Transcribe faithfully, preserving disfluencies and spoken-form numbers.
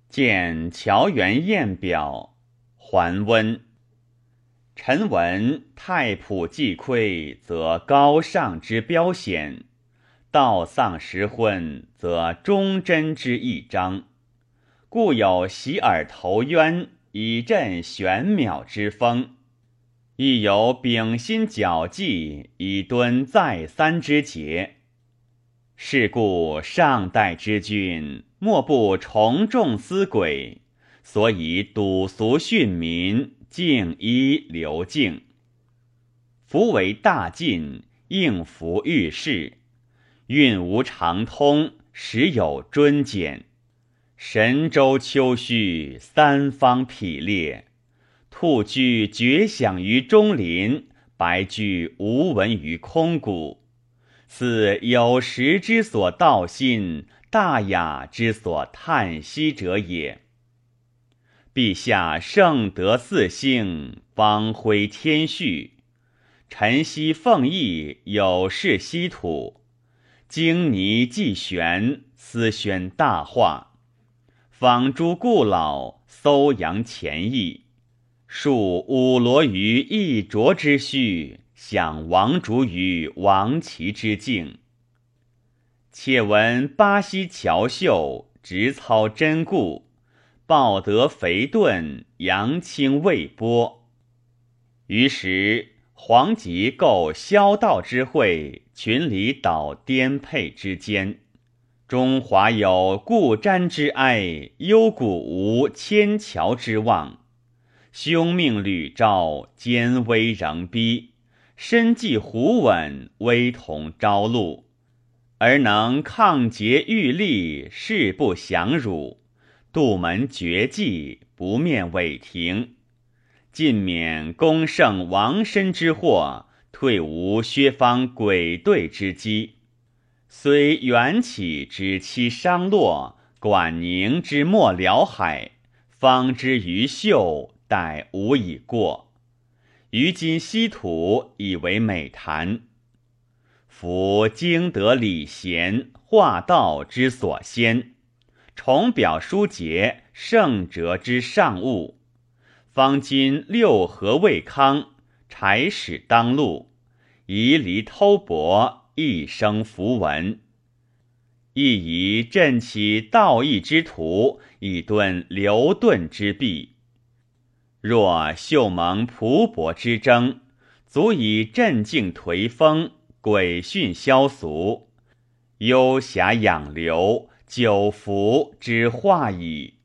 见乔园宴表，还温。臣闻太仆既溃，则高尚之标显；道丧时昏，则忠贞之义彰。故有洗耳投渊，以振玄邈之风；亦有秉心矫纪，以敦再三之节。是故上代之君，莫不崇重思轨，所以笃俗训民，敬依流敬。夫为大进，应服遇事，运无常通，时有谆简。神州丘墟，三方匹列，兔居绝响于中林，白居无闻于空谷。此有识之所道心，大雅之所叹息者也。陛下圣德四兴，方辉天序。晨曦奉义，有事稀土。经泥既玄，思宣大化。访诸故老，搜扬前意。述五罗于一浊之序，享王竹于王齐之境。且闻巴西乔秀，直操真固；报德肥顿，扬清未波。于时黄极构萧道之会，群里导颠沛之间。中华有固瞻之哀，幽谷无千桥之望。凶命屡昭，艰危仍逼；身既胡稳，危同朝露。而能抗节御吏，誓不降辱；杜门绝迹，不面违庭。尽免公圣王身之祸，退无削方诡兑之机。虽缘起之期商洛，管宁之末辽海，方之于秀，待无以过。于今稀土，以为美谈。夫经德礼贤，化道之所先，崇表书节，圣哲之上物。方今六合未康，柴始当路，夷离偷薄，一生符文。亦宜振起道义之徒，以敦流遁之弊。若秀蒙蒲帛之争，足以镇静颓风，鬼训消俗，幽遐养流，久服之化矣。